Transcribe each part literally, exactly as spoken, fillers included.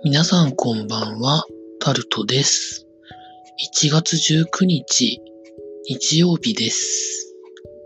皆さんこんばんは、タルトです。いちがつじゅうくにち、日曜日です。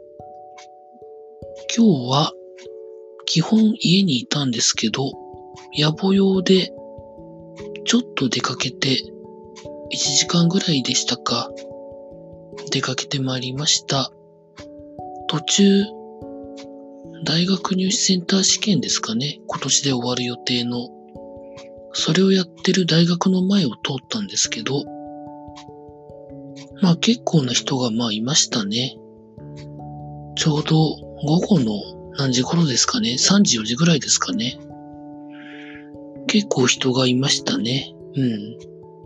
今日は基本家にいたんですけど、野暮用でちょっと出かけていちじかんぐらいでしたか、出かけてまいりました。途中、大学入試センター試験ですかね、今年で終わる予定の。それをやってる大学の前を通ったんですけど、まあ結構な人がまあいましたね。ちょうど午後の何時頃ですかね、さんじよじぐらいですかね。結構人がいましたね。うん。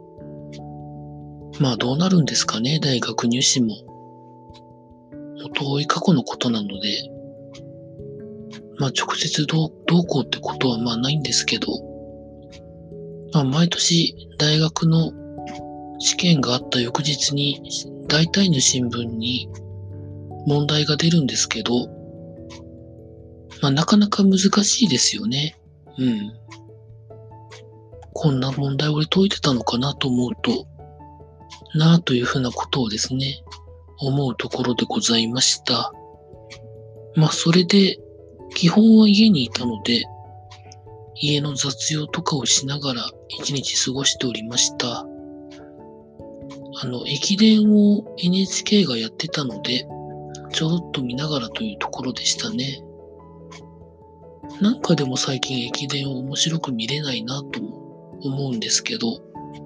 まあどうなるんですかね、大学入試も。もう遠い過去のことなので、まあ直接どう、どうこうってことはまあないんですけど、まあ毎年大学の試験があった翌日に大体の新聞に問題が出るんですけど、まあなかなか難しいですよね。うん。こんな問題俺解いてたのかなと思うと、なぁというふうなことをですね、思うところでございました。まあそれで、基本は家にいたので、家の雑用とかをしながら一日過ごしておりました。あの、駅伝を エヌエイチケー がやってたので、ちょろっと見ながらというところでしたね。なんかでも最近駅伝を面白く見れないなと思うんですけど、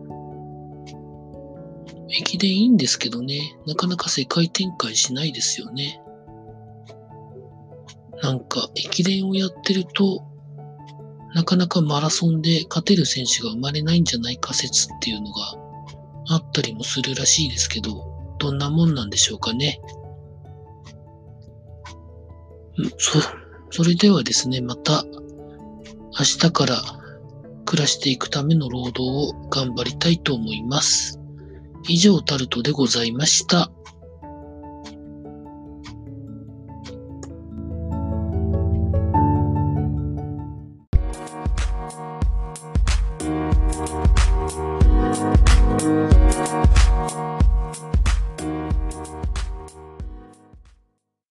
駅伝いいんですけどね、なかなか世界展開しないですよね。なんか駅伝をやってると、なかなかマラソンで勝てる選手が生まれないんじゃないか説っていうのがあったりもするらしいですけど、どんなもんなんでしょうかね。そ、それではですね、また明日から暮らしていくための労働を頑張りたいと思います。以上タルトでございました。